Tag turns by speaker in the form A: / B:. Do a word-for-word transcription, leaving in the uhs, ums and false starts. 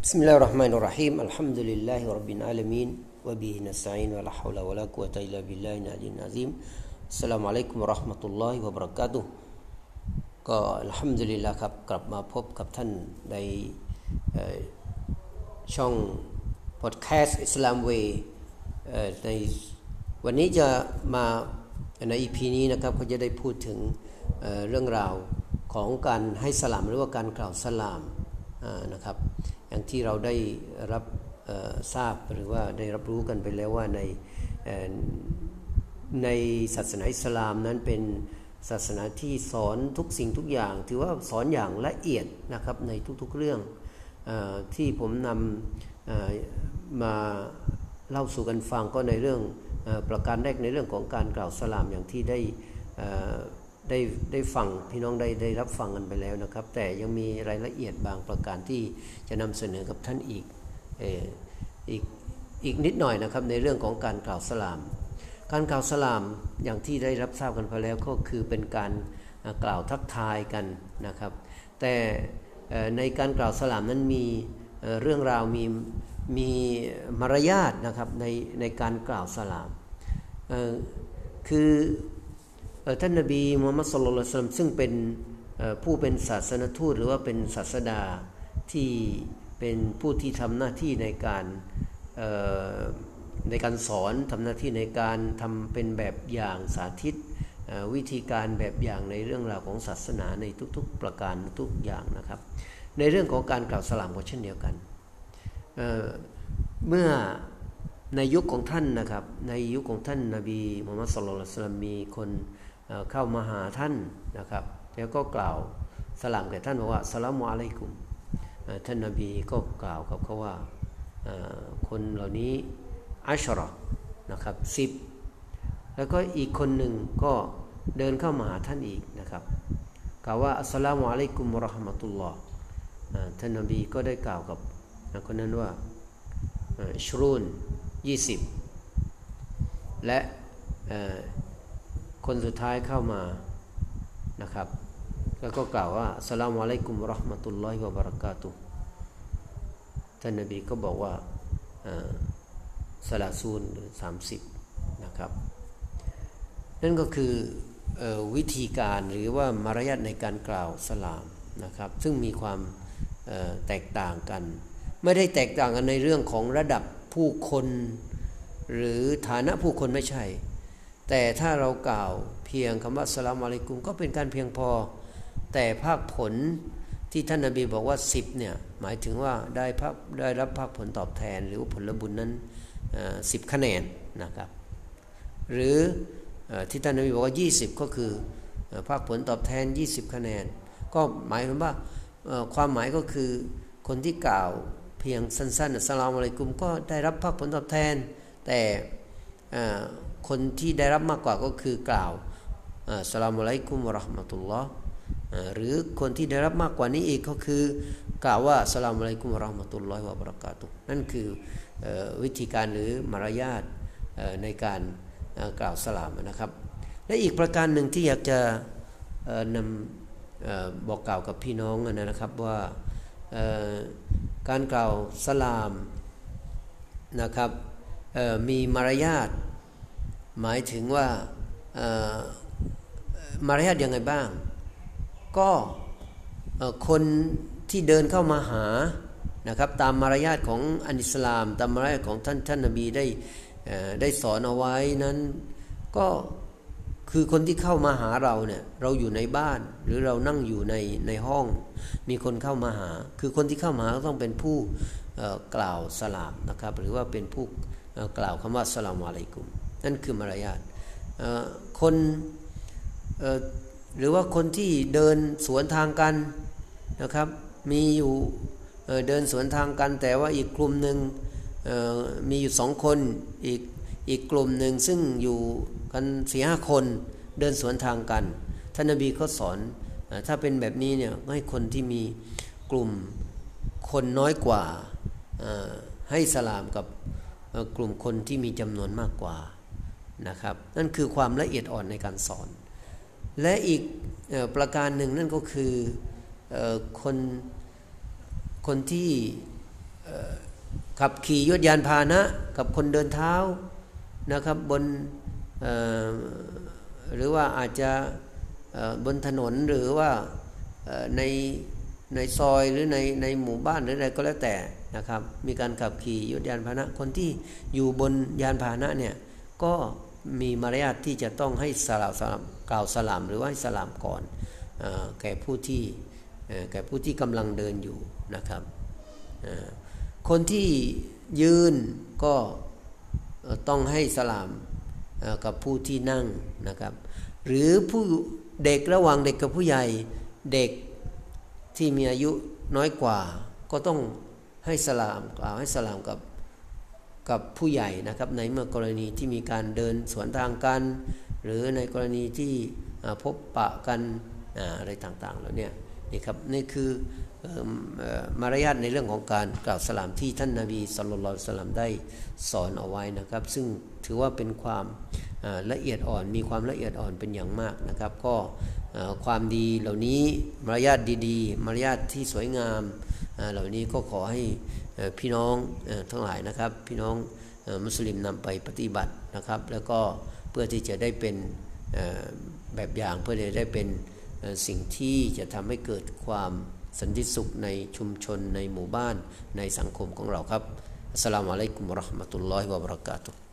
A: بسم الله الرحمن الرحيم الحمد لله رب العالمين وبه نستعين ولا حول ولا قوة إلا بالله العلي العظيم السلام عليكم ورحمة الله وبركاته ก็อัลฮัมดุลิลลาห์ครับกลับมาพบกับท่านในช่องพอดแคสต์อิสลามเวย์ในวันนี้จะมาใน อี พี นี้นะครับก็จะได้พูดถึงเรื่องราวของการให้สลามหรือว่าการกล่าวสลามนะครับอย่างที่เราได้รับทราบหรือว่าได้รับรู้กันไปแล้วว่าในในศาสนาอิสลามนั้นเป็นศาสนาที่สอนทุกสิ่งทุกอย่างถือว่าสอนอย่างละเอียดนะครับในทุกๆเรื่องที่ผมนำมาเล่าสู่กันฟังก็ในเรื่องประการแรกในเรื่องของการกล่าวสลามอย่างที่ได้ได้ได้ฟังพี่น้องได้ได้รับฟังกันไปแล้วนะครับแต่ยังมีรายละเอียดบางประการที่จะนำเสนอกับท่านอีกเอ่ออีกอีกนิดหน่อยนะครับในเรื่องของการกล่าวสลามการกล่าวสลามอย่างที่ได้รับทราบกันไปแล้วก็คือเป็นการกล่าวทักทายกันนะครับแต่ในการกล่าวสลามนั้นมีเรื่องราวมีมีมารยาทนะครับในในการกล่าวสลามคือท่านนบีมูฮัมมัดศ็อลลัลลอฮุอะลัยฮิวะซัลลัมซึ่งเป็นผู้เป็นศาสนทูตหรือว่าเป็นศาสดาที่เป็นผู้ที่ทำหน้าที่ในการในการสอนทำหน้าที่ในการทำเป็นแบบอย่างสาธิตวิธีการแบบอย่างในเรื่องราวของศาสนาในทุกๆประการทุกอย่างนะครับในเรื่องของการกล่าวสลามก็เช่นเดียวกัน เ, เมื่อในยุคของท่านนะครับในยุคของท่านนบีมูฮัมมัดศ็อลลัลลอฮุอะลัยฮิวะซัลลัมมีคนเข้ามาหาท่านนะครับแล้วก็กล่าวสลามแก่ท่านบอกว่าสลามุอะลัยกุมท่านนบีก็กล่าวกับเขาว่าคนเหล่านี้อัชเราะห์นะครับสิบแล้วก็อีกคนหนึ่งก็เดินเข้ามาหาท่านอีกนะครับกล่าวว่าอัสสลามุอะลัยกุมวะเราะห์มะตุลลอฮ์ท่านนบีก็ได้กล่าวกับคนนั้นว่าอิชรูนยี่สิบและคนสุดท้ายเข้ามานะครับแล้วก็กล่าวว่าอัสสลามุอะลัยกุมวะเราะห์มะตุลลอฮิวะบะเราะกาตุฮ์ท่านนบีก็บอกว่าซะลาซูนหรือสามสิบนะครับนั่นก็คือวิธีการหรือว่ามารยาทในการกล่าวสลามนะครับซึ่งมีความแตกต่างกันไม่ได้แตกต่างกันในเรื่องของระดับผู้คนหรือฐานะผู้คนไม่ใช่แต่ถ้าเรากล่าวเพียงคำว่าอัสสลามุอะลัยกุมก็เป็นการเพียงพอแต่ภาคผลที่ท่านนบีบอกว่าสิบเนี่ยหมายถึงว่าได้ภาคได้รับภาคผลตอบแทนหรือผลบุญนั้นสิบคะแนนนะครับหรือที่ท่านนบีบอกว่ายี่สิบก็คือภาคผลตอบแทนยี่สิบคะแนนก็หมายถึงว่าความหมายก็คือคนที่กล่าวเพียงสั้นๆอัสสลามุอะลัยกุมก็ได้รับภาคผลตอบแทนแต่คนที่ได้รับมากกว่าก็คือกล่าวอัสสลามุอะลัยกุมวะเราะห์มะตุลลอฮ์หรือคนที่ได้รับมากกว่านี้อีกก็คือกล่าวว่าอัสสลามุอะลัยกุมวะเราะห์มะตุลลอฮิวะบะเราะกาตุฮ์นั่นคือวิธีการหรือมารยาทในการกล่าวสลามนะครับและอีกประการหนึ่งที่อยากจะนำบอกกล่าวกับพี่น้องนะครับว่าการกล่าวสลามนะครับมีมารยาทหมายถึงว่ามารยาทยังไงบ้างก็คนที่เดินเข้ามาหานะครับตามมารยาทของอันอิสลามตามมารยาทของท่านท่านนบีได้ได้สอนเอาไว้นั้นก็คือคนที่เข้ามาหาเราเนี่ยเราอยู่ในบ้านหรือเรานั่งอยู่ในในห้องมีคนเข้ามาหาคือคนที่เข้ามาก็ต้องเป็นผู้กล่าวสลามนะครับหรือว่าเป็นผู้กล่าวคำว่าอัสสลามุอะลัยกุมนั่นคือมารยาทคนหรือว่าคนที่เดินสวนทางกันนะครับมีอยู่เดินสวนทางกันแต่ว่าอีกกลุ่มหนึ่งมีอยู่สองคนอีกอีกกลุ่มหนึ่งซึ่งอยู่กันสี่ห้าคนเดินสวนทางกันท่านนบีก็สอนถ้าเป็นแบบนี้เนี่ยให้คนที่มีกลุ่มคนน้อยกว่าให้สลามกับกลุ่มคนที่มีจำนวนมากกว่านะครับนั่นคือความละเอียดอ่อนในการสอนและอีกประการหนึ่งนั่นก็คือคนคนที่ขับขี่ยวดยานพาหนะกับคนเดินเท้านะครับบนหรือว่าอาจจะบนถนนหรือว่าในในซอยหรือในในหมู่บ้านหรืออะไรก็แล้วแต่นะครับมีการขับขี่ยวดยานพาหนะคนที่อยู่บนยานพาหนะเนี่ยก็มีมารยาทที่จะต้องให้สลามสลามกล่าวสลามหรือว่าให้สลามก่อนแก่ผู้ที่แก่ผู้ที่กำลังเดินอยู่นะครับคนที่ยืนก็ต้องให้สลามกับผู้ที่นั่งนะครับหรือผู้เด็กระหว่างเด็กกับผู้ใหญ่เด็กที่มีอายุน้อยกว่าก็ต้องให้สลามกล่าวให้สลามกับกับผู้ใหญ่นะครับในเมื่อกรณีที่มีการเดินสวนทางกันหรือในกรณีที่พบปะกันอะไรต่างๆแล้วเนี่ยนี่ครับนี่คือมารยาทในเรื่องของการกล่าวสลามที่ท่านนบีศ็อลลัลลอฮุอะลัยฮิวะซัลลัมได้สอนเอาไว้นะครับซึ่งถือว่าเป็นความละเอียดอ่อนมีความละเอียดอ่อนเป็นอย่างมากนะครับก็ความดีเหล่านี้มารยาทดีๆมารยาทที่สวยงามเหล่านี้ก็ขอให้พี่น้องทั้งหลายนะครับพี่น้องมุสลิมนำไปปฏิบัตินะครับแล้วก็เพื่อที่จะได้เป็นแบบอย่างเพื่อที่จะได้เป็นสิ่งที่จะทำให้เกิดความสันติสุขในชุมชนในหมู่บ้านในสังคมของเราครับอัสสลามุอะลัยกุมวะเราะห์มะตุลลอฮิวะบะเราะกาตุฮ์